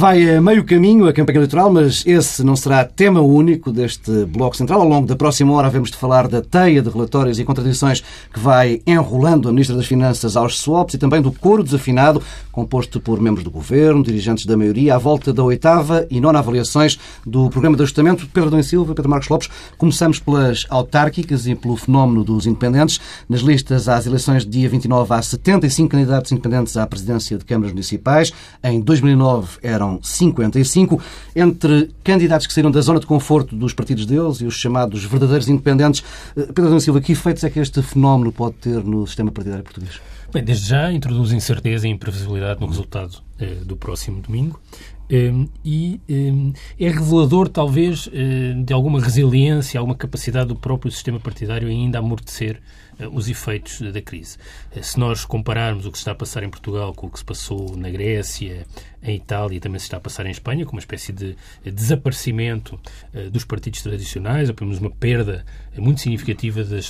Vai a meio caminho a campanha eleitoral, mas esse não será tema único deste Bloco Central. Ao longo da próxima hora havemos de falar da teia de relatórios e contradições que vai enrolando a Ministra das Finanças aos swaps e também do coro desafinado, composto por membros do Governo, dirigentes da maioria, à volta da 8ª e 9ª avaliações do Programa de Ajustamento. Pedro Adão e Silva, Pedro Marcos Lopes, começamos pelas autárquicas e pelo fenómeno dos independentes. Nas listas às eleições de dia 29 há 75 candidatos independentes à presidência de câmaras municipais. Em 2009 eram 55. Entre candidatos que saíram da zona de conforto dos partidos deles e os chamados verdadeiros independentes, Pedro Adão Silva, que efeitos é que este fenómeno pode ter no sistema partidário português? Bem, desde já introduz incerteza e imprevisibilidade no resultado do próximo domingo. E é revelador, talvez, de alguma resiliência, alguma capacidade do próprio sistema partidário ainda a amortecer os efeitos da crise. Se nós compararmos o que se está a passar em Portugal com o que se passou na Grécia, em Itália e também se está a passar em Espanha, com uma espécie de desaparecimento dos partidos tradicionais, ou pelo menos uma perda muito significativa da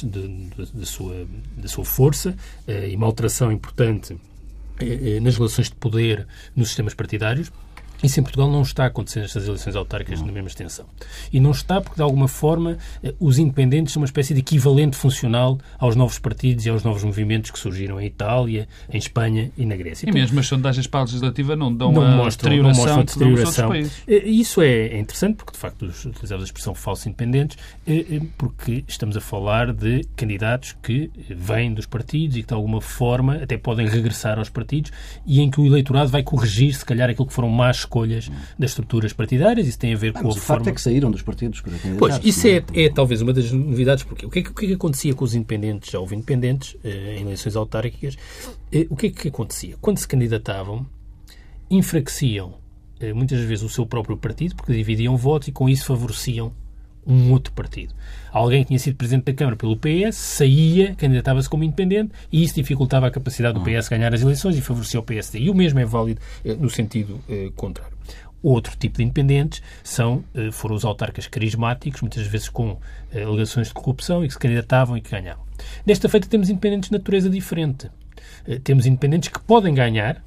sua força e uma alteração importante nas relações de poder nos sistemas partidários. Isso em Portugal não está acontecendo nestas eleições autárquicas na mesma extensão. E não está porque, de alguma forma, os independentes são uma espécie de equivalente funcional aos novos partidos e aos novos movimentos que surgiram em Itália, em Espanha e na Grécia. E mesmo as sondagens para a legislativa não dão a deterioração dos outros países. Isso é interessante porque, de facto, utilizamos a expressão falsos independentes porque estamos a falar de candidatos que vêm dos partidos e que, de alguma forma, até podem regressar aos partidos e em que o eleitorado vai corrigir, se calhar, aquilo que foram más escolhas das estruturas partidárias. Isso tem a ver com a forma... O facto é que saíram dos partidos. Pois, isso é talvez uma das novidades. Porque o que é que acontecia com os independentes? Já houve independentes em eleições autárquicas. O que é que acontecia? Quando se candidatavam, enfraqueciam muitas vezes o seu próprio partido, porque dividiam votos e com isso favoreciam um outro partido. Alguém que tinha sido Presidente da Câmara pelo PS saía, candidatava-se como independente e isso dificultava a capacidade do PS ganhar as eleições e favorecia o PSD. E o mesmo é válido no sentido contrário. Outro tipo de independentes foram os autarcas carismáticos, muitas vezes com alegações de corrupção e que se candidatavam e que ganhavam. Desta feita temos independentes de natureza diferente. Temos independentes que podem ganhar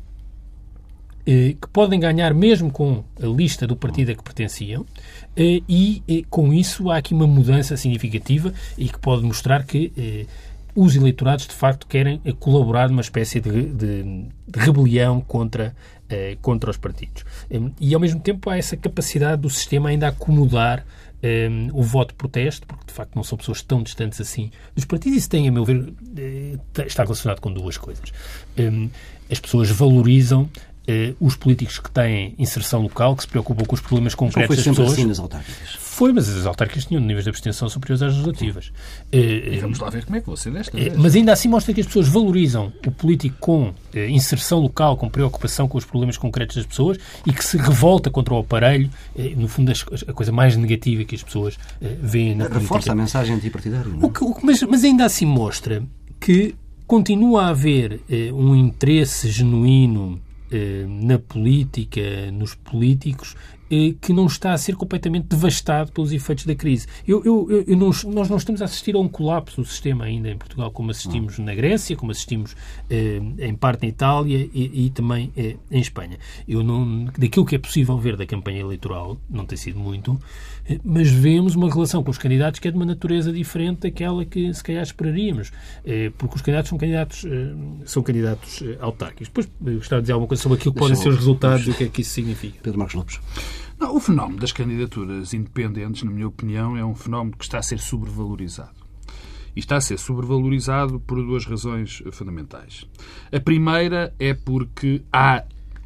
mesmo com a lista do partido a que pertenciam e com isso há aqui uma mudança significativa e que pode mostrar que os eleitorados de facto querem colaborar numa espécie de rebelião contra os partidos. E ao mesmo tempo há essa capacidade do sistema ainda acomodar o voto de protesto, porque de facto não são pessoas tão distantes assim dos partidos. Isso tem, a meu ver, está relacionado com duas coisas. As pessoas valorizam os políticos que têm inserção local, que se preocupam com os problemas concretos das pessoas. Assim nas autárquicas? Foi, mas as autárquicas tinham níveis de abstenção superiores às legislativas. E vamos lá ver como é que você desta vez. Mas ainda assim mostra que as pessoas valorizam o político com inserção local, com preocupação com os problemas concretos das pessoas e que se revolta contra o aparelho, no fundo a coisa mais negativa que as pessoas veem na política. Reforça a mensagem antipartidária. Mas ainda assim mostra que continua a haver um interesse genuíno na política, nos políticos, que não está a ser completamente devastado pelos efeitos da crise. Nós não estamos a assistir a um colapso do sistema ainda em Portugal, como assistimos na Grécia, como assistimos em parte na Itália e também em Espanha. Daquilo que é possível ver da campanha eleitoral, não tem sido muito, mas vemos uma relação com os candidatos que é de uma natureza diferente daquela que se calhar esperaríamos, porque os candidatos são candidatos autárquicos. Depois gostava de dizer alguma coisa sobre aquilo que podem ser os resultados e o que é que isso significa. Pedro Marcos Lopes. Não, o fenómeno das candidaturas independentes, na minha opinião, é um fenómeno que está a ser sobrevalorizado. E está a ser sobrevalorizado por duas razões fundamentais. A primeira é porque há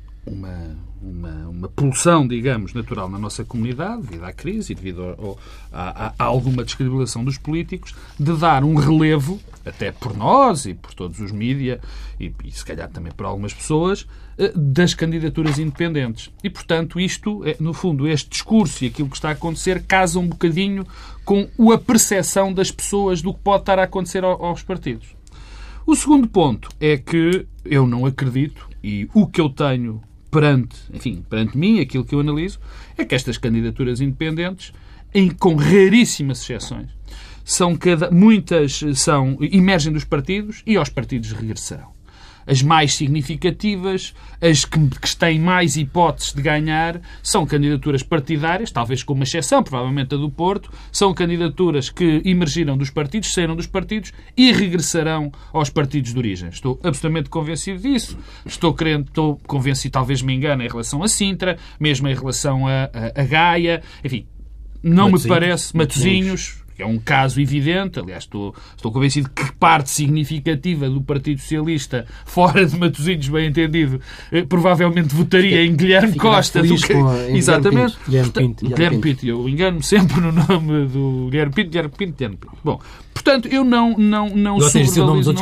uma pulsão, digamos, natural na nossa comunidade, devido à crise e devido a alguma descredibilização dos políticos, de dar um relevo, até por nós e por todos os mídia e se calhar também por algumas pessoas, das candidaturas independentes. E, portanto, isto, no fundo, este discurso e aquilo que está a acontecer casa um bocadinho com a percepção das pessoas do que pode estar a acontecer aos partidos. O segundo ponto é que eu não acredito, e o que eu tenho perante mim, aquilo que eu analiso, é que estas candidaturas independentes, com raríssimas exceções, muitas emergem dos partidos e aos partidos regressarão. as mais significativas, as que têm mais hipóteses de ganhar, são candidaturas partidárias, talvez com uma exceção, provavelmente a do Porto, são candidaturas que emergiram dos partidos, saíram dos partidos e regressarão aos partidos de origem. Estou absolutamente convencido disso. Estou convencido, talvez me engane, em relação a Sintra, mesmo em relação a Gaia, enfim, não me parece, Matosinhos, que é um caso evidente, aliás, estou convencido que parte significativa do Partido Socialista, fora de Matosinhos, bem entendido, provavelmente votaria em Guilherme Costa. Exatamente. Guilherme Pinto. Eu engano-me sempre no nome do Guilherme Pinto. Bom, portanto, eu não sobrevalorizo.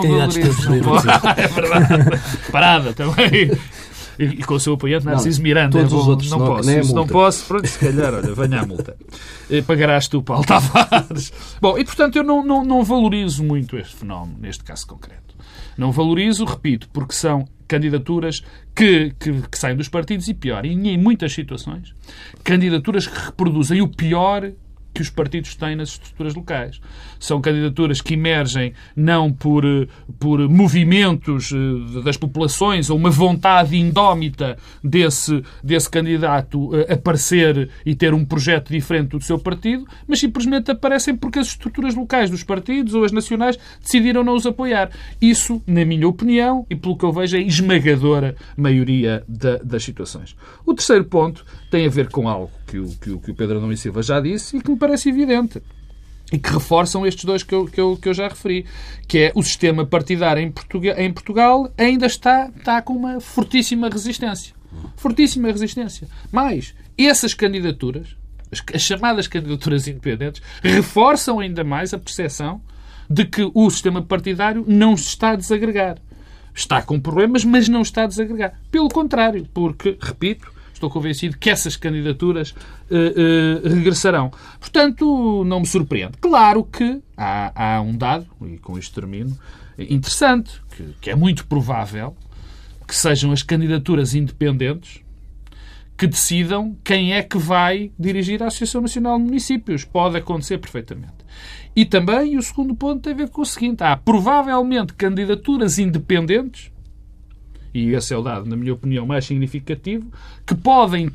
É verdade. Parada também. E com o seu apoiante Narciso Miranda. Todos os outros não posso. Não posso, pronto, se calhar, olha, venha a multa. Pagarás tu, Paulo Tavares. Bom, e portanto eu não valorizo muito este fenómeno, neste caso concreto. Não valorizo, repito, porque são candidaturas que saem dos partidos e, pior, e em muitas situações, candidaturas que reproduzem o pior que os partidos têm nas estruturas locais. São candidaturas que emergem não por movimentos das populações ou uma vontade indómita desse candidato aparecer e ter um projeto diferente do seu partido, mas simplesmente aparecem porque as estruturas locais dos partidos ou as nacionais decidiram não os apoiar. Isso, na minha opinião, e pelo que eu vejo, é a esmagadora maioria das situações. O terceiro ponto tem a ver com algo que o Pedro Adão e Silva já disse e que me parece evidente e que reforçam estes dois que eu já referi, que é o sistema partidário em Portugal ainda está com uma fortíssima resistência. Fortíssima resistência. Mas essas candidaturas, as chamadas candidaturas independentes, reforçam ainda mais a percepção de que o sistema partidário não se está a desagregar. Está com problemas, mas não está a desagregar. Pelo contrário, porque, repito, estou convencido que essas candidaturas regressarão. Portanto, não me surpreende. Claro que há um dado, e com isto termino, interessante, que é muito provável que sejam as candidaturas independentes que decidam quem é que vai dirigir a Associação Nacional de Municípios. Pode acontecer perfeitamente. E também o segundo ponto tem a ver com o seguinte. Há provavelmente candidaturas independentes, e esse é o dado, na minha opinião, mais significativo, que podem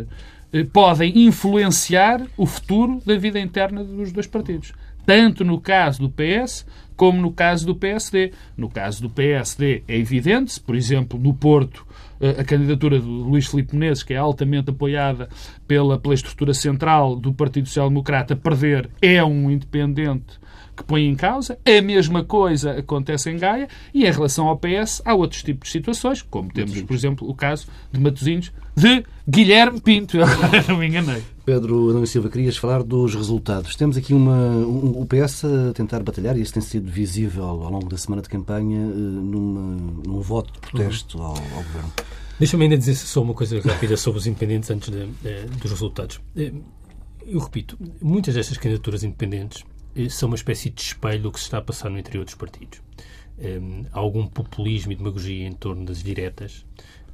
influenciar o futuro da vida interna dos dois partidos. Tanto no caso do PS como no caso do PSD. No caso do PSD é evidente, por exemplo, no Porto, a candidatura de Luís Filipe Menezes, que é altamente apoiada pela estrutura central do Partido Social Democrata, perder é um independente que põe em causa. A mesma coisa acontece em Gaia e em relação ao PS há outros tipos de situações, como temos, por exemplo, o caso de Matosinhos, de Guilherme Pinto. Não me enganei. Pedro Adão e Silva, querias falar dos resultados. Temos aqui o PS a tentar batalhar, e isso tem sido visível ao longo da semana de campanha, num voto de protesto ao Governo. Deixa-me ainda dizer só uma coisa rápida sobre os independentes antes dos resultados. Eu repito, muitas destas candidaturas independentes são uma espécie de espelho do que se está a passar no interior dos partidos. Há algum populismo e demagogia em torno das diretas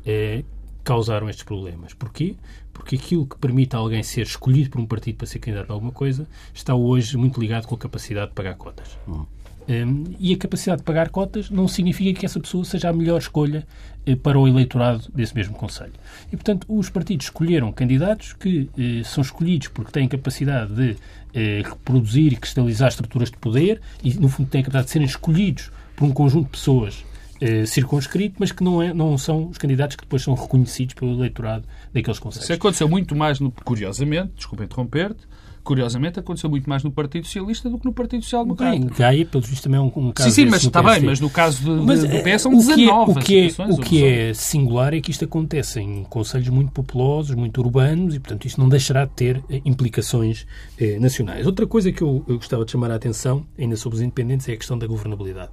causaram estes problemas. Porquê? Porque aquilo que permite a alguém ser escolhido por um partido para ser candidato a alguma coisa está hoje muito ligado com a capacidade de pagar cotas. E a capacidade de pagar cotas não significa que essa pessoa seja a melhor escolha para o eleitorado desse mesmo concelho. E, portanto, os partidos escolheram candidatos que são escolhidos porque têm capacidade de reproduzir e cristalizar estruturas de poder e, no fundo, têm a capacidade de serem escolhidos por um conjunto de pessoas circunscrito, mas que não são os candidatos que depois são reconhecidos pelo eleitorado daqueles concelhos. Isso aconteceu muito mais, curiosamente, desculpa interromper-te, aconteceu muito mais no Partido Socialista do que no Partido Social Democrata. Bem, Gaia, pelo visto, também é um caso... Sim, mas está bem, mas no caso do PS são 19 situações. O que é singular é que isto acontece em concelhos muito populosos, muito urbanos, e, portanto, isto não deixará de ter implicações nacionais. Outra coisa que eu gostava de chamar a atenção, ainda sobre os independentes, é a questão da governabilidade.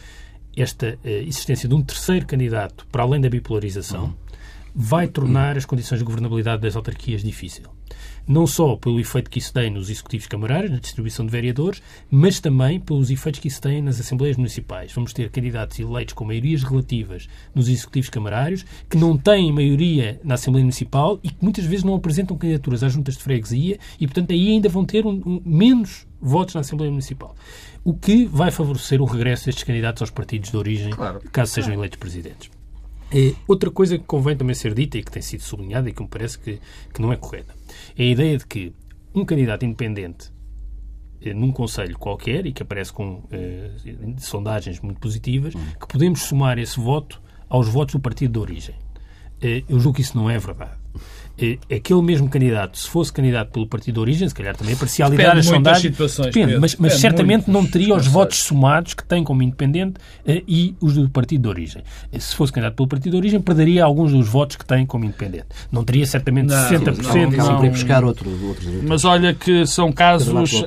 Esta existência de um terceiro candidato, para além da bipolarização, vai tornar as condições de governabilidade das autarquias difícil. Não só pelo efeito que isso tem nos executivos camarários, na distribuição de vereadores, mas também pelos efeitos que isso tem nas assembleias municipais. Vamos ter candidatos eleitos com maiorias relativas nos executivos camarários, que não têm maioria na Assembleia Municipal e que muitas vezes não apresentam candidaturas às juntas de freguesia e, portanto, aí ainda vão ter menos votos na Assembleia Municipal. O que vai favorecer o regresso destes candidatos aos partidos de origem, caso sejam eleitos presidentes. Outra coisa que convém também ser dita e que tem sido sublinhada e que me parece que não é correta é a ideia de que um candidato independente num concelho qualquer e que aparece com sondagens muito positivas, que podemos somar esse voto aos votos do partido de origem. Eu julgo que isso não é verdade. Aquele mesmo candidato, se fosse candidato pelo partido de origem, se calhar também a parcialidade das sondagens... Depende, mas certamente não teria os votos somados que tem como independente e os do partido de origem. Se fosse candidato pelo partido de origem, perderia alguns dos votos que tem como independente. Não teria certamente 60%. Não poderia buscar outros. Mas olha que são casos...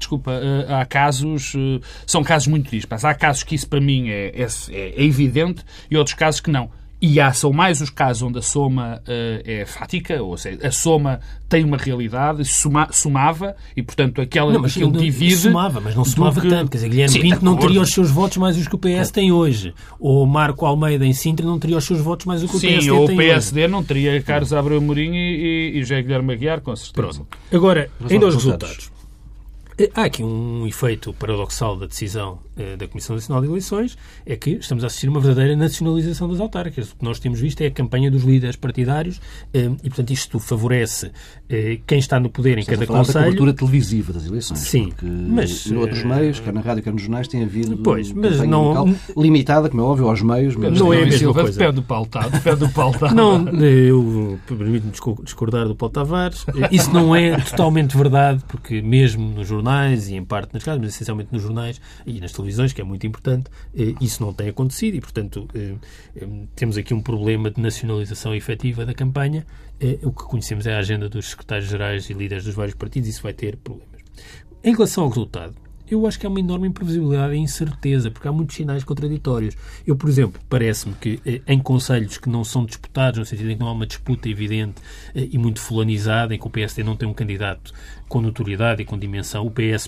Há casos... São casos muito dispares. Há casos que isso para mim é evidente e outros casos que não. E são mais os casos onde a soma é fática, ou seja, a soma tem uma realidade, somava, e, portanto, aquilo divide... Somava, mas não somava tanto. Quer dizer, Guilherme Pinto não teria os seus votos mais os que o PS tem hoje. Ou Marco Almeida em Sintra não teria os seus votos mais os que o PSD tem hoje. Sim, ou o PSD não teria Carlos Abreu Mourinho e José Guilherme Aguiar, com certeza. Pronto. Agora, ainda aos resultados. Há aqui um efeito paradoxal da decisão da Comissão Nacional de Eleições, é que estamos a assistir a uma verdadeira nacionalização das autárquicas. O que nós temos visto é a campanha dos líderes partidários e, portanto, isto favorece quem está no poder em cada concelho. Da cobertura televisiva das eleições. Sim, mas em outros meios, quer na rádio, quer nos jornais, tem havido mas não limitada, como é óbvio, aos meios. Mas não é a mesma coisa. Depende do Paulo Tavares. Não, eu permito-me discordar do Paulo Tavares. Isso não é totalmente verdade, porque mesmo nos jornais e em parte nas casas, mas essencialmente nos jornais e nas televisões, que é muito importante, isso não tem acontecido e, portanto, temos aqui um problema de nacionalização efetiva da campanha. O que conhecemos é a agenda dos secretários-gerais e líderes dos vários partidos, isso vai ter problemas. Em relação ao resultado, eu acho que há uma enorme imprevisibilidade e incerteza, porque há muitos sinais contraditórios. Eu, por exemplo, parece-me que em concelhos que não são disputados, no sentido em que não há uma disputa evidente e muito fulanizada, em que o PSD não tem um candidato com notoriedade e com dimensão, o PS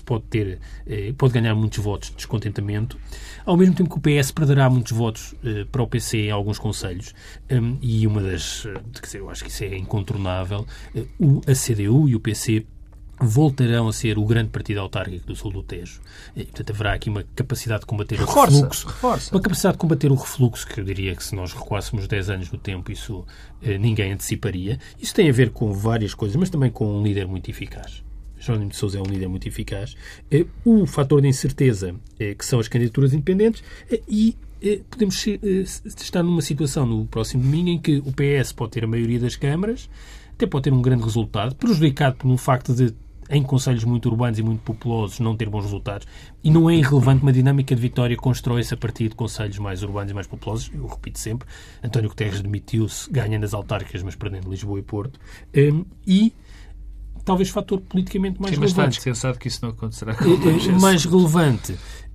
pode ganhar muitos votos de descontentamento, ao mesmo tempo que o PS perderá muitos votos para o PC em alguns concelhos. E uma das... Quer dizer, eu acho que isso é incontornável. A CDU e o PC voltarão a ser o grande partido autárquico do sul do Tejo. E, portanto, haverá aqui uma capacidade de combater o refluxo. Uma capacidade de combater o refluxo que eu diria que se nós recuássemos 10 anos do tempo, isso ninguém anteciparia. Isso tem a ver com várias coisas, mas também com um líder muito eficaz. Jerónimo de Sousa é um líder muito eficaz. O fator de incerteza, que são as candidaturas independentes, e podemos estar numa situação no próximo domingo em que o PS pode ter a maioria das câmaras, até pode ter um grande resultado, prejudicado pelo facto de, em concelhos muito urbanos e muito populosos, não ter bons resultados. E não é irrelevante, uma dinâmica de vitória constrói-se a partir de concelhos mais urbanos e mais populosos. Eu repito sempre, António Guterres demitiu-se ganhando as autárquicas, mas perdendo Lisboa e Porto. E talvez fator politicamente mais relevante. Mas está descansado que isso não acontecerá. Mais relevante.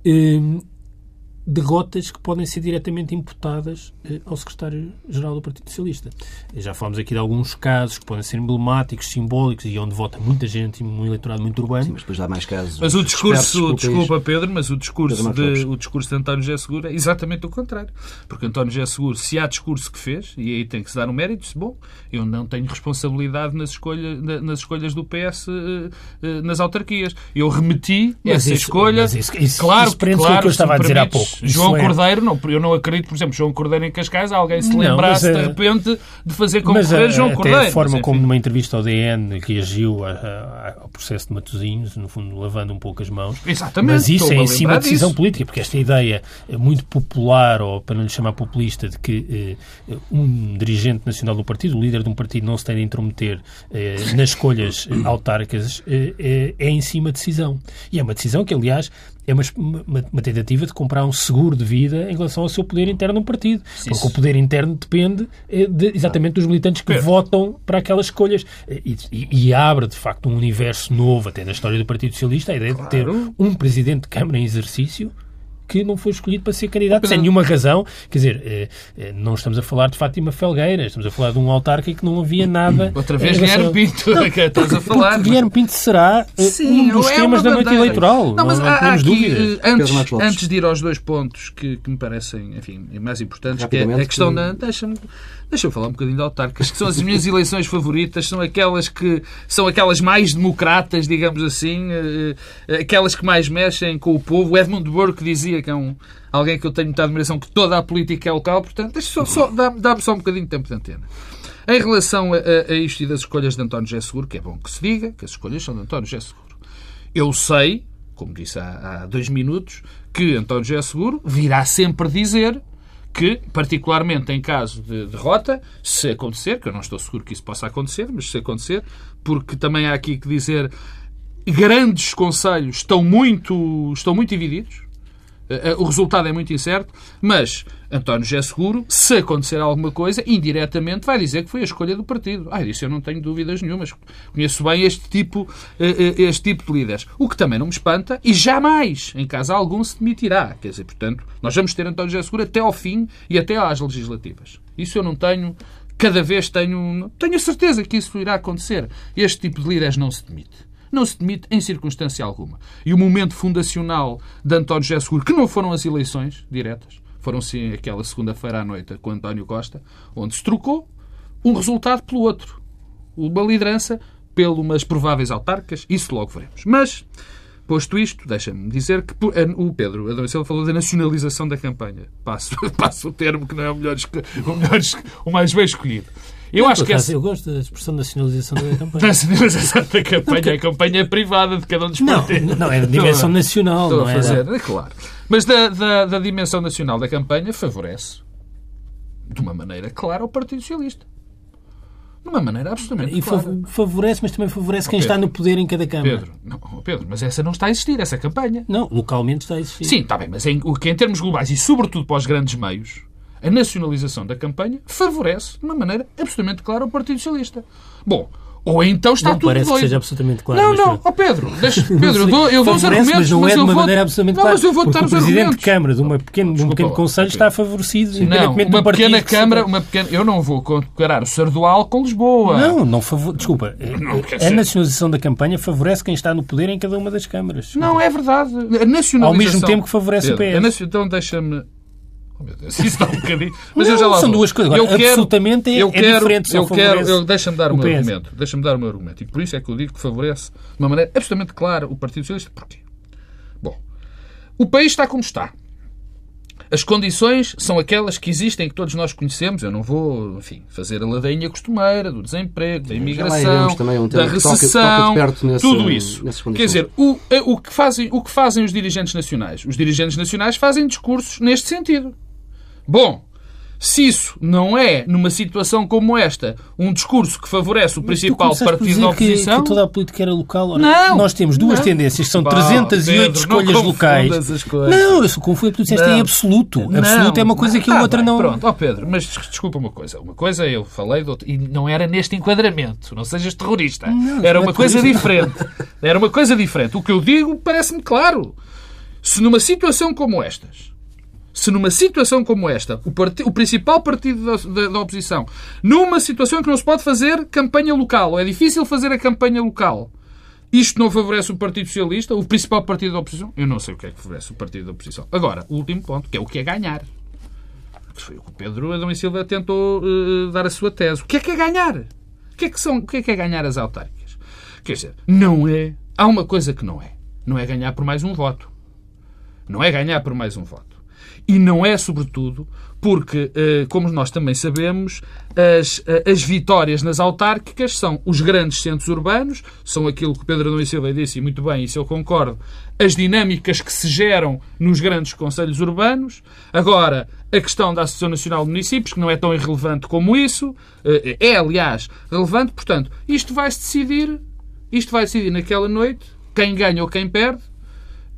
Derrotas que podem ser diretamente imputadas ao secretário-geral do Partido Socialista. Já falamos aqui de alguns casos que podem ser emblemáticos, simbólicos e onde vota muita gente e um eleitorado muito urbano. Sim, mas depois há mais casos. Mas o discurso, desculpa Pedro, mas o discurso de António José Seguro é exatamente o contrário. Porque António José Seguro, se há discurso que fez, e aí tem que se dar um mérito, bom, eu não tenho responsabilidade nas escolhas do PS nas autarquias. Eu remeti essa escolha. Claro que eu estava a dizer há pouco. João Cordeiro, eu não acredito, por exemplo, João Cordeiro em Cascais, alguém se lembrasse de repente de fazer concorrer João Cordeiro. A forma como numa entrevista ao DN reagiu ao processo de Matosinhos, no fundo lavando um pouco as mãos. Exatamente. Mas isso é em cima de decisão política, porque esta ideia muito popular, ou para não lhe chamar populista, de que um dirigente nacional do partido, o líder de um partido, não se tem de intrometer nas escolhas autárquicas, é em cima de decisão. E é uma decisão que, aliás, é uma tentativa de comprar um seguro de vida em relação ao seu poder interno no partido. Porque o poder interno depende exatamente dos militantes que votam para aquelas escolhas. E abre, de facto, um universo novo, até na história do Partido Socialista, a ideia de ter um presidente de Câmara em exercício que não foi escolhido para ser candidato sem nenhuma razão. Quer dizer, não estamos a falar de Fátima Felgueira, estamos a falar de um autarca que não havia nada... Outra vez Guilherme Pinto, que estás a falar. Guilherme Pinto será um dos temas da noite eleitoral. Não, mas não temos dúvidas. Antes de ir aos dois pontos que me parecem, enfim, mais importantes, que é a questão da... Deixa-me falar um bocadinho de autarcas, que são as minhas eleições favoritas, são aquelas mais democratas, digamos assim, aquelas que mais mexem com o povo. O Edmund Burke dizia, que é alguém que eu tenho muita admiração, que toda a política é local, portanto, dá-me só um bocadinho de tempo de antena. Em relação a isto e das escolhas de António José Seguro, que é bom que se diga que as escolhas são de António José Seguro. Eu sei, como disse há 2 minutos, que António José Seguro virá sempre dizer que, particularmente em caso de derrota, se acontecer, que eu não estou seguro que isso possa acontecer, mas se acontecer, porque também há aqui que dizer, grandes conselhos estão muito divididos, o resultado é muito incerto, mas António José Seguro, se acontecer alguma coisa, indiretamente vai dizer que foi a escolha do partido. Disso eu não tenho dúvidas nenhumas. Conheço bem este tipo de líderes. O que também não me espanta, e jamais, em caso algum, se demitirá. Quer dizer, portanto, nós vamos ter António José Seguro até ao fim e até às legislativas. Isso eu não tenho... Cada vez tenho a certeza que isso irá acontecer. Este tipo de líderes não se demite. Não se demite em circunstância alguma. E o momento fundacional de António José Seguro, que não foram as eleições diretas, foram sim aquela segunda-feira à noite com António Costa, onde se trocou um resultado pelo outro. Uma liderança pelas prováveis autarcas, isso logo veremos. Mas, posto isto, deixa-me dizer que o Pedro Adão e Silva falou da nacionalização da campanha. Passo o termo que não é o mais bem escolhido. Eu gosto da expressão nacionalização da campanha. Nacionalização da campanha, a campanha é de cada um dos partidos. Não, é da dimensão nacional. Estou a fazer, claro. Mas da dimensão nacional da campanha favorece, de uma maneira clara, o Partido Socialista. De uma maneira absolutamente clara. Favorece, mas também favorece quem está no poder em cada Câmara. Pedro, mas essa não está a existir, essa campanha. Não, localmente está a existir. Sim, está bem, mas em termos globais e sobretudo para os grandes meios, a nacionalização da campanha favorece, de uma maneira absolutamente clara, o Partido Socialista. Bom, ou então está tudo doido. Não parece que seja absolutamente claro. Pedro, eu dou os argumentos, mas não é de uma maneira absolutamente clara. Mas eu vou dar os argumentos. O Presidente de Câmara de um pequeno Conselho está favorecido, independentemente do partido. Uma pequena Câmara, eu não vou comparar o Sardual com Lisboa. Desculpa. A nacionalização da campanha favorece quem está no poder em cada uma das câmaras. Não, é verdade. A nacionalização... Ao mesmo tempo que favorece o PS. Então deixa-me... Oh, meu Deus, isso dá um bocadinho. Mas eu já lá são duas coisas. Absolutamente é diferente. Deixa-me dar o meu argumento. Deixa-me dar o meu argumento. E por isso é que eu digo que favorece de uma maneira absolutamente clara o Partido Socialista. Porquê? Bom, o país está como está. As condições são aquelas que existem, que todos nós conhecemos. Eu não vou, fazer a ladainha costumeira do desemprego, da imigração, da recessão, tudo isso. Quer dizer, o que fazem os dirigentes nacionais? Os dirigentes nacionais fazem discursos neste sentido. Bom, se isso não é, numa situação como esta, um discurso que favorece o principal partido da oposição... Que toda a política era local? Não! Nós temos duas tendências, que são 308 escolhas locais. Não, eu sou confuso, tu disseste em absoluto. Absoluto é uma coisa que a outra não... Pronto, Pedro, mas desculpa uma coisa. Uma coisa eu falei, e não era neste enquadramento. Não sejas terrorista. Era uma coisa diferente. Era uma coisa diferente. O que eu digo parece-me claro. Se numa situação como esta, o principal partido da oposição, numa situação em que não se pode fazer campanha local, ou é difícil fazer a campanha local, isto não favorece o Partido Socialista, o principal partido da oposição? Eu não sei o que é que favorece o partido da oposição. Agora, o último ponto, que é o que é ganhar. Foi o que o Pedro Adão e Silva tentou dar a sua tese. O que é ganhar? O que é ganhar as autárquicas? Quer dizer, não é... Há uma coisa que não é. Não é ganhar por mais um voto. Não é ganhar por mais um voto. E não é, sobretudo, porque, como nós também sabemos, as vitórias nas autárquicas são os grandes centros urbanos, são aquilo que o Pedro Adão e Silva disse, e muito bem, isso eu concordo, as dinâmicas que se geram nos grandes concelhos urbanos. Agora, a questão da Associação Nacional de Municípios, que não é tão irrelevante como isso, é, aliás, relevante. Portanto, isto vai-se decidir naquela noite, quem ganha ou quem perde,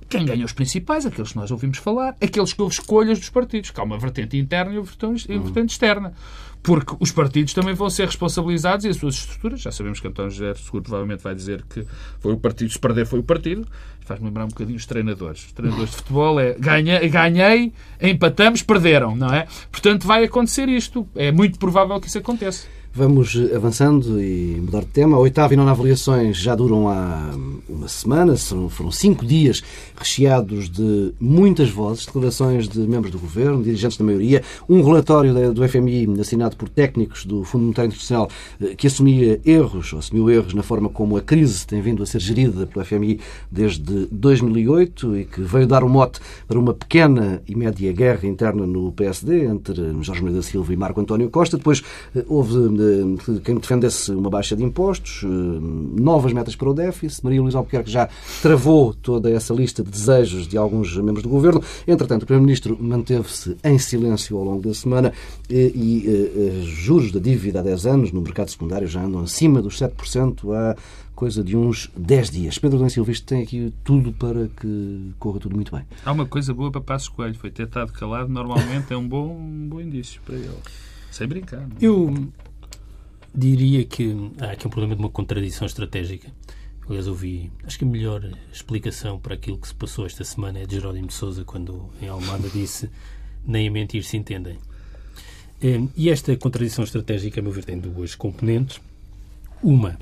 Quem ganha os principais, aqueles que nós ouvimos falar, aqueles que houve escolhas dos partidos, que há uma vertente interna e uma vertente externa. Porque os partidos também vão ser responsabilizados e as suas estruturas. Já sabemos que António José Seguro provavelmente vai dizer que foi o partido, se perder foi o partido. Faz-me lembrar um bocadinho os treinadores. Os treinadores de futebol ganhei, empatamos, perderam, não é? Portanto, vai acontecer isto. É muito provável que isso aconteça. Vamos avançando e mudar de tema. A 8ª e 9ª avaliações já duram há uma semana. Foram 5 dias recheados de muitas vozes, declarações de membros do Governo, dirigentes da maioria, um relatório do FMI assinado por técnicos do Fundo Monetário Internacional que assumiu erros na forma como a crise tem vindo a ser gerida pelo FMI desde 2008 e que veio dar um mote para uma pequena e média guerra interna no PSD entre Jorge Moreira da Silva e Marco António Costa. Depois houve quem defendesse uma baixa de impostos, novas metas para o déficit. Maria Luísa Albuquerque já travou toda essa lista de desejos de alguns membros do Governo. Entretanto, o Primeiro-Ministro manteve-se em silêncio ao longo da semana e juros da dívida há 10 anos no mercado secundário já andam acima dos 7% há coisa de uns 10 dias. Pedro Domingos Silva, isto tem aqui tudo para que corra tudo muito bem. Há uma coisa boa para Passos Coelho. Foi ter estado calado. Normalmente é um bom indício para ele. Sem brincar. Não? Eu diria que há aqui um problema de uma contradição estratégica. Aliás, acho que a melhor explicação para aquilo que se passou esta semana é de Jerónimo de Sousa, quando em Almada disse: nem a mentir se entendem. E esta contradição estratégica, a meu ver, tem duas componentes. Uma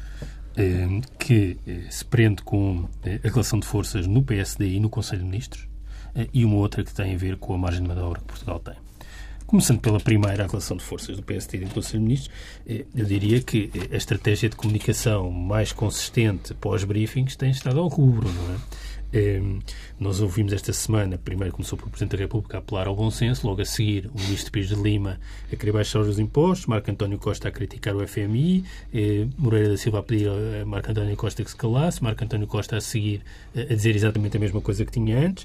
que se prende com a relação de forças no PSD e no Conselho de Ministros, e uma outra que tem a ver com a margem de manobra que Portugal tem. Começando pela primeira, a relação de forças do PSD e do Conselho de Ministros, eu diria que a estratégia de comunicação mais consistente pós-briefings tem estado ao rubro, não é? Nós ouvimos esta semana, primeiro começou pelo Presidente da República a apelar ao bom senso, logo a seguir o Ministro Pires de Lima a querer baixar os impostos, Marco António Costa a criticar o FMI, Moreira da Silva a pedir a Marco António Costa que se calasse, Marco António Costa a seguir a dizer exatamente a mesma coisa que tinha antes,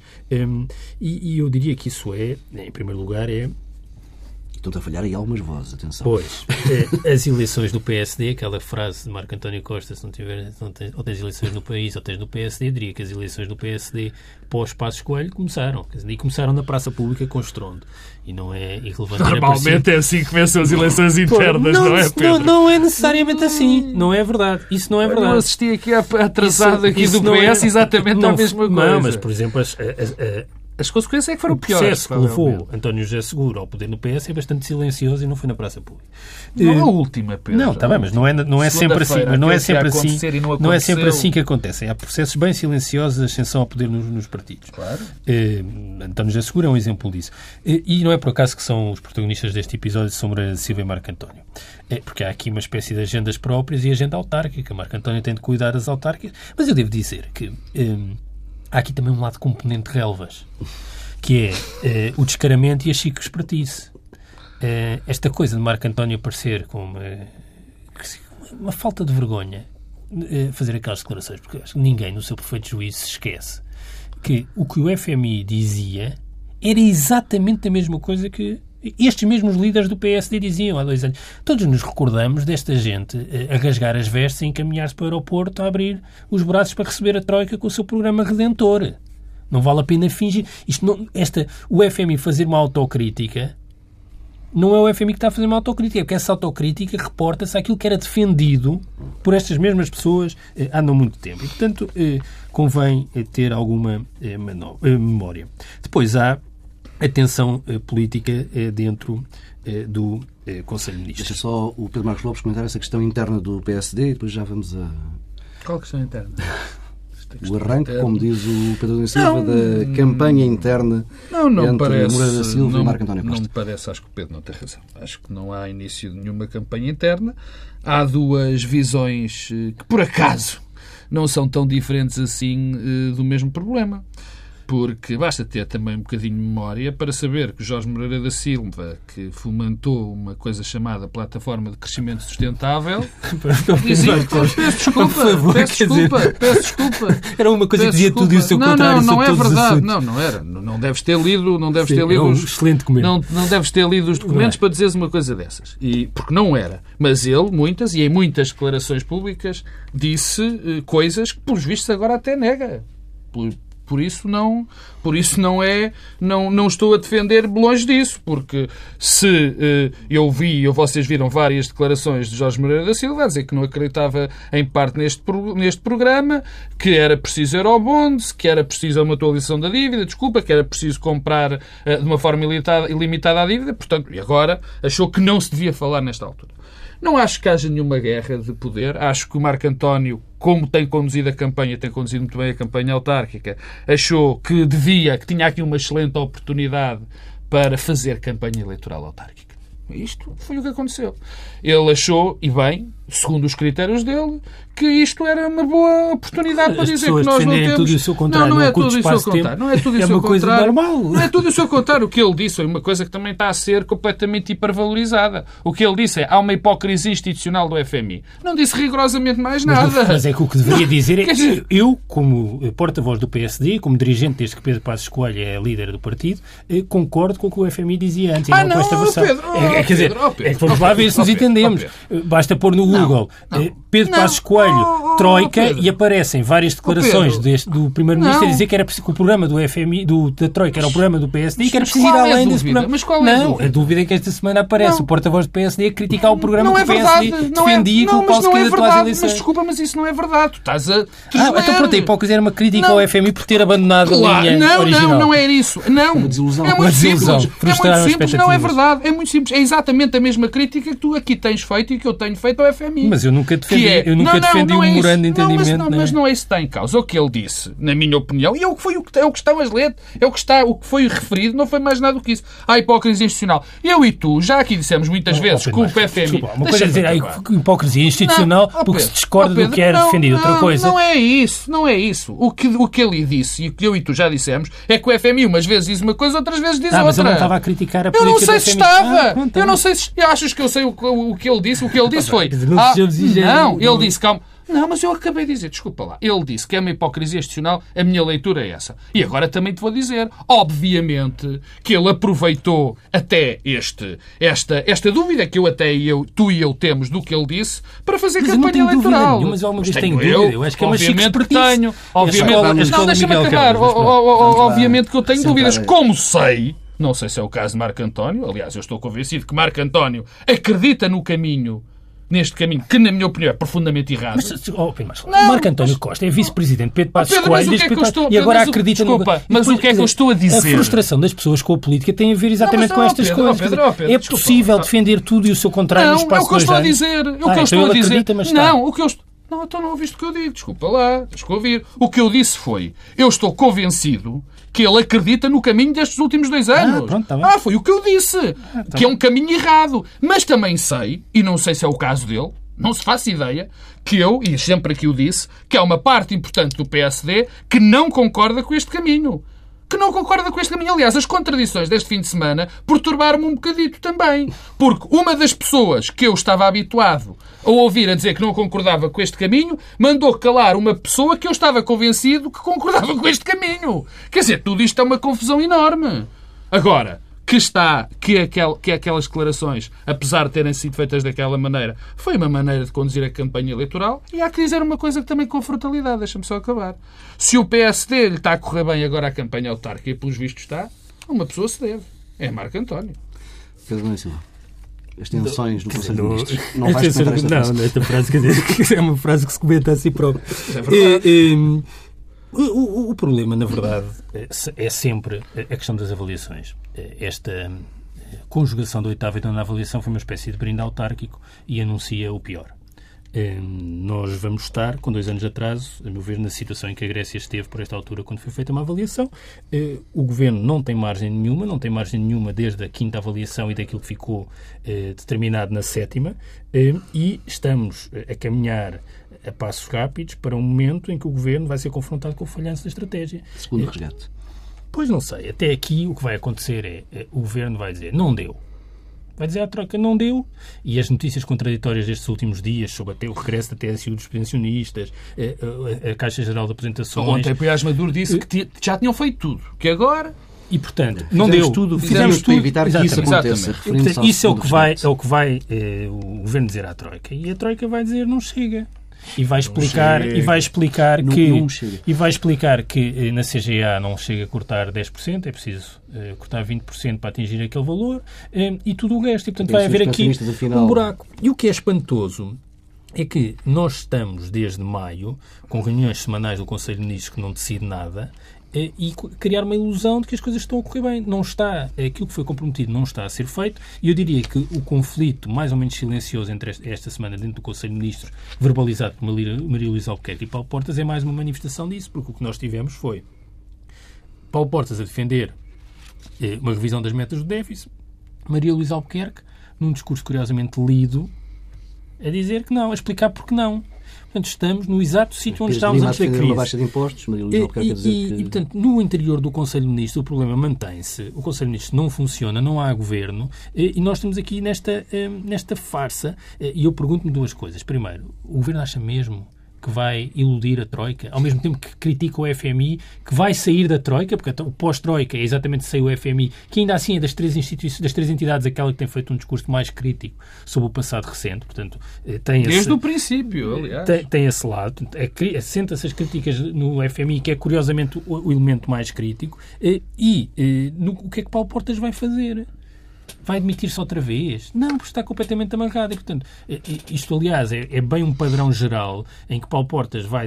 e eu diria que isso em primeiro lugar, Estão a falhar aí algumas vozes, atenção. Pois, as eleições do PSD, aquela frase de Marco António Costa, se não tiver, ou tens eleições no país ou tens no PSD, diria que as eleições do PSD pós-Passos Coelho começaram. E começaram na praça pública com estrondo. E não é irrelevante. Normalmente é assim que começam as eleições internas, não é, Pedro? Não é necessariamente assim. Não é verdade. Isso não é verdade. Eu assisti aqui atrasado isso do PS exatamente a mesma coisa. Não, mas, por exemplo, as consequências é que foram piores. O processo que levou António José Seguro ao poder no PS é bastante silencioso e não foi na praça pública. Não a última, Pedro. Não, está bem, mas não é sempre assim. Mas não é sempre assim. Não é sempre assim que acontecem. Há processos bem silenciosos de ascensão ao poder nos partidos. Claro. António José Seguro é um exemplo disso. E não é por acaso que são os protagonistas deste episódio são Moreira da Silva e Marco António. Porque há aqui uma espécie de agendas próprias e agenda autárquica. Marco António tem de cuidar das autárquicas. Mas eu devo dizer que há aqui também um lado componente de relvas, que é o descaramento e a chique espertice. Esta coisa de Marco António aparecer com uma falta de vergonha fazer aquelas declarações, porque acho que ninguém, no seu perfeito juízo, se esquece que o FMI dizia era exatamente a mesma coisa que estes mesmos líderes do PSD diziam há 2 anos. Todos nos recordamos desta gente a rasgar as vestes e encaminhar-se para o aeroporto a abrir os braços para receber a Troika com o seu programa Redentor. Não vale a pena fingir. O FMI fazer uma autocrítica não é o FMI que está a fazer uma autocrítica, é porque essa autocrítica reporta-se àquilo que era defendido por estas mesmas pessoas há não muito tempo. E, portanto, convém ter alguma memória. Depois há a tensão política dentro do Conselho de Ministros. Deixa só o Pedro Marcos Lopes comentar essa questão interna do PSD e depois já vamos a... Qual questão interna? O arranque, como diz o Pedro da Silva, da campanha interna entre Moreira da Silva e Marco António Costa. Não me parece, acho que o Pedro não tem razão. Acho que não há início de nenhuma campanha interna. Há duas visões que, por acaso, não são tão diferentes assim do mesmo problema. Porque basta ter também um bocadinho de memória para saber que Jorge Moreira da Silva, que fomentou uma coisa chamada Plataforma de Crescimento Sustentável, dizia, peço desculpa. Era uma coisa que dizia tudo e o seu contrário. Não é verdade. Não era. Não deves ter lido, não deves ter lido não deves ter lido os documentos para dizeres uma coisa dessas. Porque não era. Mas ele, em muitas declarações públicas, disse coisas que, pelos vistos, agora até nega. Por isso não estou a defender longe disso, porque se vocês viram várias declarações de Jorge Moreira da Silva a dizer que não acreditava em parte neste programa, que era preciso eurobonds, que era preciso uma atualização da dívida, que era preciso comprar de uma forma ilimitada a dívida, portanto, e agora achou que não se devia falar nesta altura. Não acho que haja nenhuma guerra de poder. Acho que o Marco António, como tem conduzido a campanha, tem conduzido muito bem a campanha autárquica, achou que tinha aqui uma excelente oportunidade para fazer campanha eleitoral autárquica. Isto foi o que aconteceu. Ele achou, e bem, segundo os critérios dele, que isto era uma boa oportunidade para dizer que nós não temos... tudo isso ao contrário. Não é tudo isso ao contrário. Não é tudo isso ao contrário. Não é tudo isso ao contrário. O que ele disse é uma coisa que também está a ser completamente hipervalorizada. O que ele disse é há uma hipocrisia institucional do FMI. Não disse rigorosamente mais nada. Mas é que o que deveria dizer é que eu, como porta-voz do PSD, como dirigente desde que Pedro Passos Coelho é líder do partido, concordo com o que o FMI dizia antes. Não, esta versão. Pedro, quer dizer, vamos lá ver se nos entendemos. Basta pôr no Google Pedro Passos Coelho, Troika, e aparecem várias declarações do Primeiro-Ministro a dizer que era preciso que o programa do FMI, da Troika, era o programa do PSD e que era preciso ir além desse programa. Mas qual é a dúvida? A dúvida é que esta semana aparece o porta-voz do PSD a criticar o programa que o PSD defendia com o qual se candidatou às eleições. Mas desculpa, mas isso não é verdade. Tu estás a... Então pronto, a hipocrisia era uma crítica ao FMI por ter abandonado a linha original. Não é isso. Não. Uma desilusão. É muito simples. Não é verdade. É muito simples. É exatamente a mesma crítica que tu aqui tens feito e que eu tenho feito ao FMI. Mas eu nunca defendi o memorando de entendimento. Mas não é isso que está em causa. O que ele disse, na minha opinião, e é o que estão as letras, o que foi referido, não foi mais nada do que isso. A hipocrisia institucional. Eu e tu já aqui dissemos muitas vezes que o FMI... Desculpa, uma coisa é dizer a hipocrisia institucional porque se discorda do que era defendido. Outra coisa... Não é isso. O que ele disse e o que eu e tu já dissemos é que o FMI umas vezes diz uma coisa, outras vezes diz outra. Mas eu não estava a criticar a política do FMI. Eu não sei se estava. Eu não sei se... Achas que eu sei o que ele disse? O que ele disse foi... Não, ele disse... Calma. Não, mas eu acabei de dizer, desculpa lá. Ele disse que é uma hipocrisia institucional, a minha leitura é essa. E agora também te vou dizer, obviamente, que ele aproveitou até esta dúvida que tu e eu temos do que ele disse para fazer campanha eleitoral. Mas alguma vez tenho dúvida. Eu acho que é uma chique expertise. Não, deixa-me acabar. Obviamente que eu tenho dúvidas. Como sei... Não sei se é o caso de Marco António. Aliás, eu estou convencido que Marco António acredita neste caminho, que na minha opinião é profundamente errado. Marco António Costa é vice-presidente Pedro Passos Coelho e agora acredita no... Mas o que é que eu estou a dizer? A frustração das pessoas com a política tem a ver exatamente com estas coisas. É possível defender tudo e o seu contrário no espaço de 2 anos? Não, o que eu estou... Não, então não ouviste o que eu digo. Desculpa lá, tens que ouvir. O que eu disse foi, eu estou convencido que ele acredita no caminho destes últimos 2 anos. Foi o que eu disse. Que é um caminho errado. Mas também sei, e não sei se é o caso dele, não se faça ideia, que eu, e sempre aqui o disse, que há uma parte importante do PSD que não concorda com este caminho. Aliás, as contradições deste fim de semana perturbaram-me um bocadito também. Porque uma das pessoas que eu estava habituado a ouvir a dizer que não concordava com este caminho mandou calar uma pessoa que eu estava convencido que concordava com este caminho. Quer dizer, tudo isto é uma confusão enorme. Agora, que aquelas declarações, apesar de terem sido feitas daquela maneira, foi uma maneira de conduzir a campanha eleitoral. E há que dizer uma coisa que também com frontalidade, deixa-me só acabar. Se o PSD lhe está a correr bem agora a campanha autárquica e pelos vistos está, uma pessoa se deve. É Marco António. Pedro Nuno Silva. As tensões do Conselho de Ministros. Não vais comentar esta frase, quer dizer, é uma frase que se comenta a si próprio. É verdade. O problema, na verdade, é sempre a questão das avaliações. Esta conjugação da 8ª e 9ª avaliação foi uma espécie de brinde autárquico e anuncia o pior. Nós vamos estar, com 2 anos de atraso, a meu ver, na situação em que a Grécia esteve por esta altura quando foi feita uma avaliação. O Governo não tem margem nenhuma desde a 5ª avaliação e daquilo que ficou determinado na 7ª, e estamos a caminhar a passos rápidos para um momento em que o Governo vai ser confrontado com o falhanço da estratégia. Segundo resgate. Pois não sei. Até aqui o que vai acontecer é o Governo vai dizer não deu. Vai dizer a Troika não deu. E as notícias contraditórias destes últimos dias sobre até o regresso da TSU dos pensionistas, a Caixa Geral de Apresentações... Ontem o Paiás Maduro disse que já tinham feito tudo. Que agora... E, portanto, não deu. Fizemos tudo para evitar que isso aconteça. Portanto, isso é o que vai o Governo dizer à Troika. E a Troika vai dizer não chega. E vai explicar que na CGA não chega a cortar 10%, é preciso cortar 20% para atingir aquele valor, e tudo o resto. E, portanto, vai haver aqui um buraco. E o que é espantoso é que nós estamos, desde maio, com reuniões semanais do Conselho de Ministros que não decide nada, e criar uma ilusão de que as coisas estão a correr bem. Não está, aquilo que foi comprometido não está a ser feito, e eu diria que o conflito mais ou menos silencioso entre esta semana dentro do Conselho de Ministros, verbalizado por Maria Luísa Albuquerque e Paulo Portas, é mais uma manifestação disso, porque o que nós tivemos foi Paulo Portas a defender uma revisão das metas do déficit, Maria Luísa Albuquerque, num discurso curiosamente lido, a dizer que não, a explicar porque não. Portanto, estamos no exato sítio onde estávamos antes da crise. Uma baixa de impostos, e, portanto, no interior do Conselho de Ministros o problema mantém-se. O Conselho de Ministros não funciona, não há governo, e nós estamos aqui nesta farsa. E eu pergunto-me duas coisas. Primeiro, o governo acha mesmo que vai iludir a Troika, ao mesmo tempo que critica o FMI, que vai sair da Troika, porque o pós-Troika é exatamente sair o FMI, que ainda assim é das três entidades aquela que tem feito um discurso mais crítico sobre o passado recente. Portanto, desde o princípio, aliás. Tem esse lado. Senta-se as críticas no FMI, que é curiosamente o elemento mais crítico. O que é que Paulo Portas vai fazer? Vai admitir-se outra vez? Não, porque está completamente amarrado. E, portanto, isto, aliás, é bem um padrão geral em que Paulo Portas vai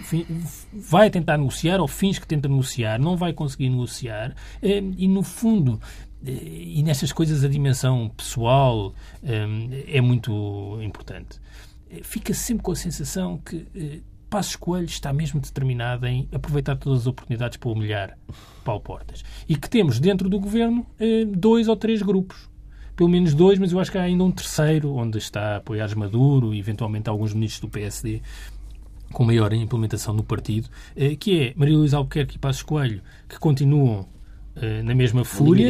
tentar negociar, ou finge que tenta negociar, não vai conseguir negociar, e, no fundo, e nessas coisas a dimensão pessoal é muito importante. Fica sempre com a sensação que Passos Coelho está mesmo determinado em aproveitar todas as oportunidades para humilhar Paulo Portas. E que temos dentro do governo 2 ou 3 grupos. Pelo menos 2, mas eu acho que há ainda um terceiro, onde está a apoiar Maduro e eventualmente alguns ministros do PSD com maior implementação no partido, que é Maria Luísa Albuquerque e Passos Coelho, que continuam na mesma fúria,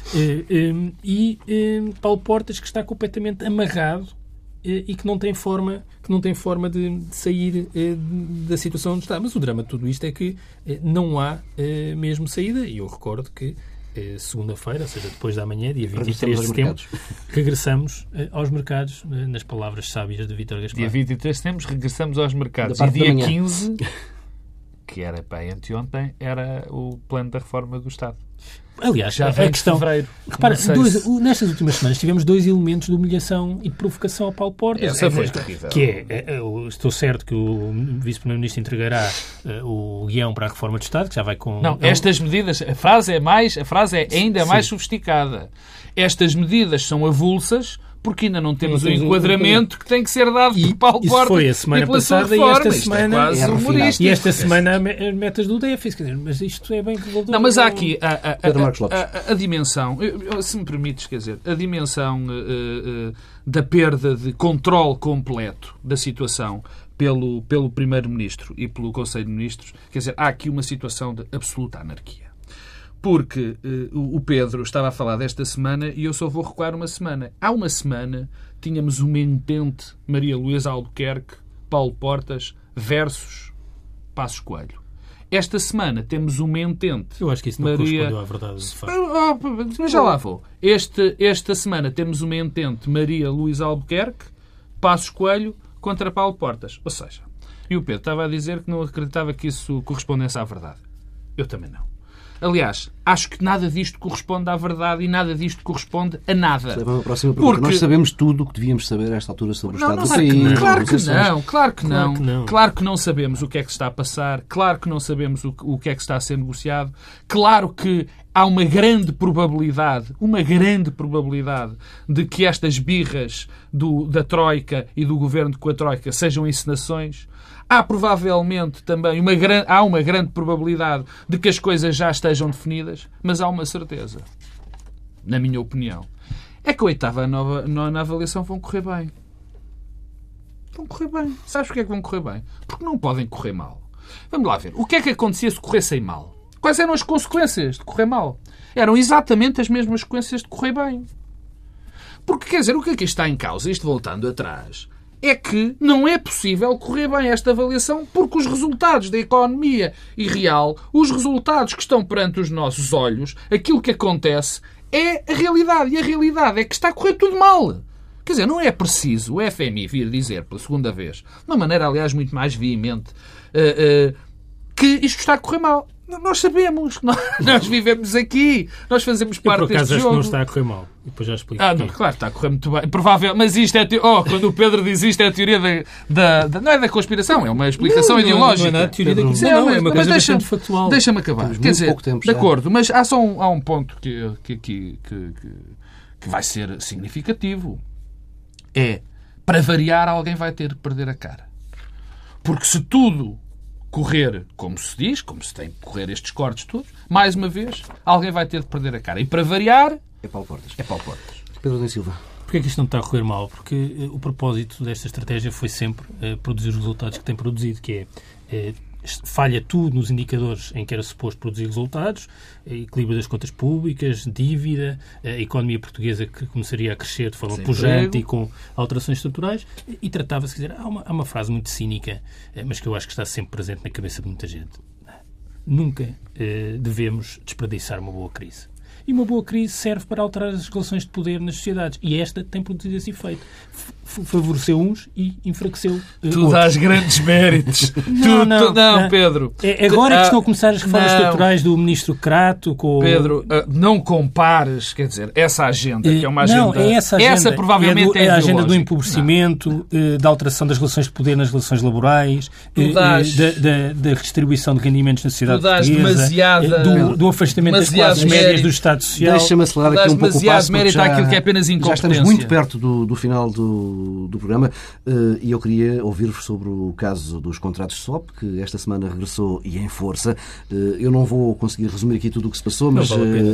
e Paulo Portas, que está completamente amarrado e que não tem forma de sair da situação onde está. Mas o drama de tudo isto é que não há mesmo saída. E eu recordo que segunda-feira, ou seja, depois da manhã, dia 23 de setembro, regressamos aos mercados, nas palavras sábias de Vítor Gaspar. Dia 23 de setembro regressamos aos mercados. E dia 15, que era para anteontem, era o plano da reforma do Estado. Aliás, já vem a questão... fevereiro. Repara, nestas últimas semanas tivemos 2 elementos de humilhação e de provocação ao Paulo Portas. Essa foi terrível. Estou certo que o Vice-Primeiro-Ministro entregará o guião para a reforma do Estado, que já vai com... Não, estas medidas... A frase é ainda mais sofisticada. Estas medidas são avulsas porque ainda não temos o enquadramento que tem que ser dado por Paulo Portas. Foi a semana passada e esta semana as metas do déficit. Quer dizer, mas isto é bem revelador. Não, mas há aqui a dimensão, se me permites, quer dizer, a dimensão da perda de controle completo da situação pelo Primeiro-Ministro e pelo Conselho de Ministros. Quer dizer, há aqui uma situação de absoluta anarquia. Porque o Pedro estava a falar desta semana e eu só vou recuar uma semana. Há uma semana tínhamos uma entente Maria Luísa Albuquerque, Paulo Portas versus Passos Coelho. Esta semana temos uma entente. Eu acho que isso não correspondeu à verdade. De facto. Mas já lá vou. Esta semana temos uma entente Maria Luísa Albuquerque, Passos Coelho contra Paulo Portas. Ou seja, e o Pedro estava a dizer que não acreditava que isso correspondesse à verdade. Eu também não. Aliás, acho que nada disto corresponde à verdade e nada disto corresponde a nada. Leva-me à próxima pergunta. Nós sabemos tudo o que devíamos saber a esta altura sobre o estado do país. Claro que não sabemos o que é que está a passar. Claro que não sabemos o que é que está a ser negociado. Claro que há uma grande probabilidade de que estas birras da Troika e do governo com a Troika sejam encenações. Há provavelmente também uma grande probabilidade de que as coisas já estejam definidas, mas há uma certeza, na minha opinião, é que a 8ª e a 9ª avaliação vão correr bem. Vão correr bem. Sabes porquê é que vão correr bem? Porque não podem correr mal. Vamos lá ver. O que é que acontecia se corressem mal? Quais eram as consequências de correr mal? Eram exatamente as mesmas consequências de correr bem. Porque, quer dizer, o que aqui está em causa, isto voltando atrás, é que não é possível correr bem esta avaliação porque os resultados da economia e real, os resultados que estão perante os nossos olhos, aquilo que acontece é a realidade. E a realidade é que está a correr tudo mal. Quer dizer, não é preciso o FMI vir dizer pela segunda vez, de uma maneira, aliás, muito mais veemente, que isto está a correr mal. Nós sabemos, nós vivemos aqui, nós fazemos parte deste jogo. Por acaso acho que não está a correr mal. E depois já explico. Não, claro, está a correr muito bem. Provável, mas isto é... quando o Pedro diz isto é a teoria não é da conspiração, é uma explicação ideológica. Não é a teoria da conspiração, é uma coisa bastante factual. Deixa-me acabar. Quer dizer, de acordo, mas há um ponto que vai ser significativo. Para variar, alguém vai ter que perder a cara. Porque se tudo correr como se diz, como se tem que correr estes cortes todos, mais uma vez, alguém vai ter de perder a cara. E para variar... É Paulo Portas. Pedro da Silva. Porquê é que isto não está a correr mal? Porque o propósito desta estratégia foi sempre produzir os resultados que tem produzido, que é falha tudo nos indicadores em que era suposto produzir resultados, equilíbrio das contas públicas, dívida, a economia portuguesa que começaria a crescer de forma pujante e com alterações estruturais, e tratava-se, quer dizer, há uma frase muito cínica, mas que eu acho que está sempre presente na cabeça de muita gente. Nunca devemos desperdiçar uma boa crise. E uma boa crise serve para alterar as relações de poder nas sociedades. E esta tem produzido esse efeito. Favoreceu uns e enfraqueceu outros. Tu dás grandes méritos. Não, Pedro. Agora é que estão a começar as reformas estruturais do Ministro Crato com... Pedro, não compares, quer dizer, essa agenda, que é uma agenda... Não, é essa agenda. Essa provavelmente é a agenda do empobrecimento, da alteração das relações de poder nas relações laborais, da redistribuição de rendimentos na sociedade portuguesa, do afastamento das classes médias do Estado Social. Deixa-me acelerar aqui um pouco o passo, mérito àquilo que é apenas incompetência. Já estamos muito perto do final do programa e eu queria ouvir-vos sobre o caso dos contratos swap, que esta semana regressou e em força. Eu não vou conseguir resumir aqui tudo o que se passou, mas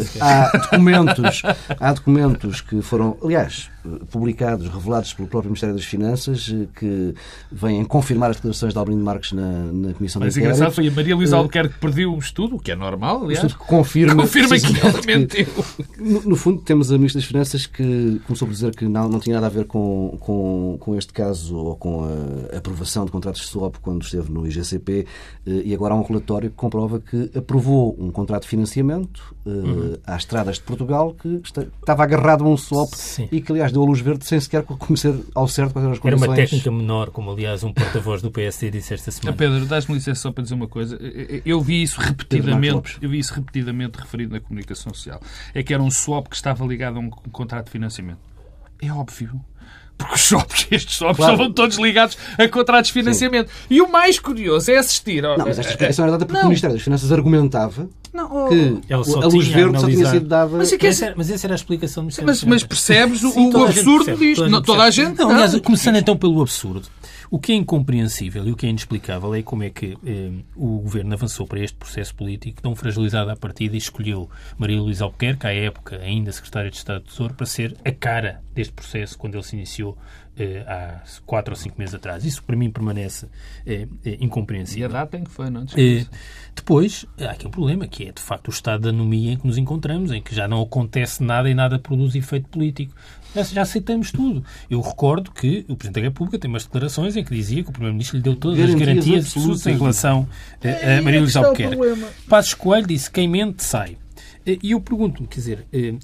há documentos que foram, aliás, publicados, revelados pelo próprio Ministério das Finanças, que vêm confirmar as declarações de Albino Marques na Comissão de Inquérito. Mas engraçado foi a Maria Luísa Albuquerque que perdeu o estudo, o que é normal, aliás. O estudo que confirma que no fundo, temos a Ministra das Finanças que começou por dizer que não tinha nada a ver com este caso ou com a aprovação de contratos de swap quando esteve no IGCP, e agora há um relatório que comprova que aprovou um contrato de financiamento às estradas de Portugal que estava agarrado a um swap. Sim. E que, aliás, deu a luz verde sem sequer conhecer ao certo quais eram as condições. Era uma técnica menor, como, aliás, um porta-voz do PSD disse esta semana. Pedro, dás-me licença só para dizer uma coisa. Eu vi isso repetidamente referido na comunicação social. É que era um swap que estava ligado a um contrato de financiamento. É óbvio. Porque estes swaps estavam todos ligados a contratos de financiamento. Sim. E o mais curioso é assistir... Não, mas esta explicação era dada porque o Ministério das Finanças argumentava que a luz verde só tinha sido dada... Mas essa era a explicação do Ministério. Mas percebes o absurdo disto? Toda a gente... Aliás, começando então pelo absurdo. O que é incompreensível e o que é inexplicável é como é que o Governo avançou para este processo político tão fragilizado à partida e escolheu Maria Luísa Albuquerque, à época ainda Secretária de Estado do Tesouro, para ser a cara deste processo quando ele se iniciou há 4 ou 5 meses atrás. Isso para mim permanece incompreensível. E a data em que foi, não? Depois, há aqui um problema, que é de facto o estado de anomia em que nos encontramos, em que já não acontece nada e nada produz efeito político. Já aceitamos tudo. Eu recordo que o Presidente da República tem umas declarações em que dizia que o Primeiro-Ministro lhe deu todas as garantias absolutas em relação a Maria Luísa Albuquerque. Passos Coelho disse: quem mente sai. E eu pergunto-me, quer dizer,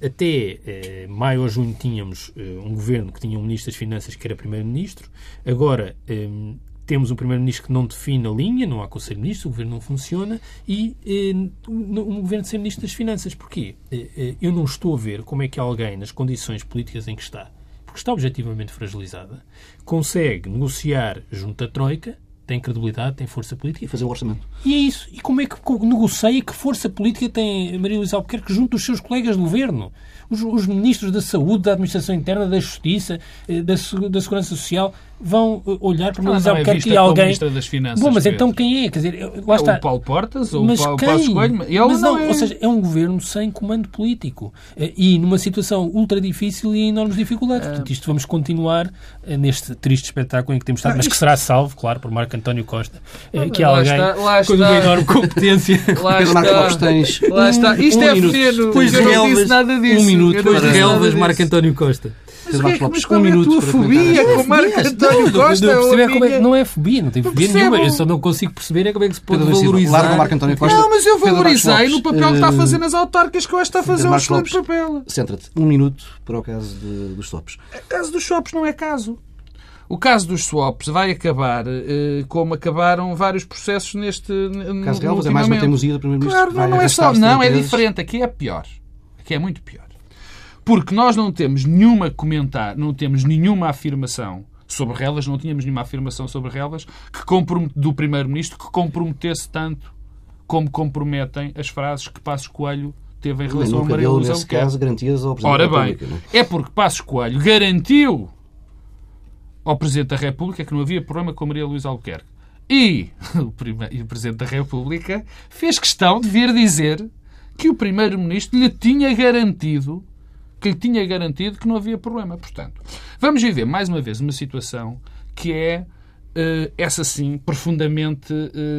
até maio ou junho tínhamos um governo que tinha um Ministro das Finanças que era Primeiro-Ministro, agora temos um Primeiro-Ministro que não define a linha, não há Conselho de Ministros, o Governo não funciona, e um Governo sem Ministro das Finanças. Porquê? Eu não estou a ver como é que alguém, nas condições políticas em que está, porque está objetivamente fragilizada, consegue negociar junto à Troika, tem credibilidade, tem força política. E fazer o orçamento. E é isso. E como é que negocia e que força política tem Maria Luísa Albuquerque junto dos seus colegas do Governo? Os ministros da Saúde, da Administração Interna, da Justiça, da Segurança Social vão olhar para Maria Luísa Albuquerque e alguém... Das Finanças, bom, mas então quem é? Quer dizer, lá está. O Paulo Portas ou mas o Passos Coelho? Mas não, ou seja, é um governo sem comando político e numa situação ultra difícil e em enormes dificuldades. Portanto, isto vamos continuar neste triste espetáculo em que temos estado, mas que será salvo, claro, por Marco António Costa, que é alguém com uma enorme competência. Pedro Marcos Lopes, tens lá está. Isto é pequeno. Depois eu não disse nada disso. Um minuto. Depois de relvas, Marco António Costa. Pedro Marcos Lopes, qual é a tua fobia com o Marco António Costa? Não é fobia, não tem fobia nenhuma. Eu só não consigo perceber como é que se pode valorizar. Larga o Marco António Costa. Não, mas eu valorizei no papel que está a fazer nas autárquicas, que eu acho que está a fazer um excelente papel. Centra-te. 1 minuto para o caso dos swaps. O caso dos swaps não é caso. O caso dos swaps vai acabar como acabaram vários processos neste... O caso de Elvas é mais uma teimosia do Primeiro-Ministro. Claro, não é só. Não, é diferente. Aqui é pior. Aqui é muito pior. Porque nós não temos nenhuma afirmação sobre relvas, não tínhamos nenhuma afirmação sobre relvas do Primeiro-Ministro que comprometesse tanto como comprometem as frases que Passos Coelho teve em relação a Maria Luísa Albuquerque. Nesse caso, garantias ao Presidente da República. Ora bem, é porque Passos Coelho garantiu ao Presidente da República que não havia problema com a Maria Luísa Albuquerque. E o Presidente da República fez questão de vir dizer que o Primeiro-Ministro lhe tinha garantido que não havia problema. Portanto, vamos viver mais uma vez uma situação que é, essa sim, profundamente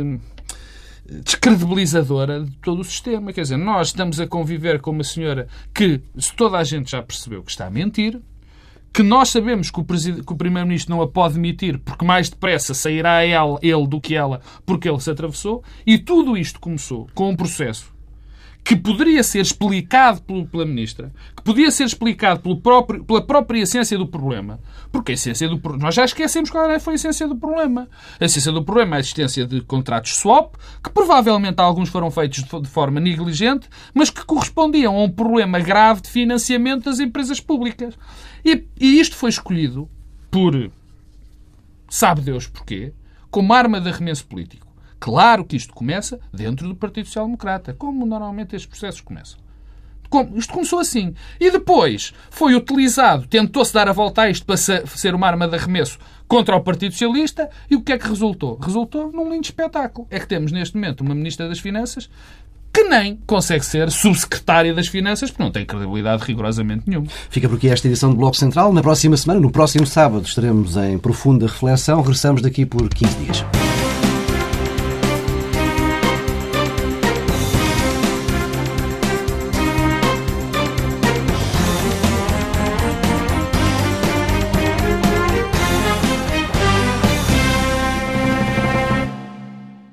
descredibilizadora de todo o sistema. Quer dizer, nós estamos a conviver com uma senhora que toda a gente já percebeu que está a mentir, que nós sabemos que o Primeiro-Ministro não a pode demitir porque mais depressa sairá ele do que ela porque ele se atravessou, e tudo isto começou com um processo que poderia ser explicado pela Ministra, que podia ser explicado pela própria essência do problema. Porque a essência do problema... Nós já esquecemos qual foi a essência do problema. A essência do problema é a existência de contratos swap, que provavelmente alguns foram feitos de forma negligente, mas que correspondiam a um problema grave de financiamento das empresas públicas. E isto foi escolhido por... sabe Deus porquê? Como arma de arremesso político. Claro que isto começa dentro do Partido Social Democrata, como normalmente estes processos começam. Isto começou assim. E depois foi utilizado, tentou-se dar a volta a isto para ser uma arma de arremesso contra o Partido Socialista, e o que é que resultou? Resultou num lindo espetáculo. É que temos neste momento uma Ministra das Finanças que nem consegue ser subsecretária das Finanças, porque não tem credibilidade rigorosamente nenhuma. Fica por aqui esta edição do Bloco Central. Na próxima semana, no próximo sábado, estaremos em profunda reflexão. Regressamos daqui por 15 dias.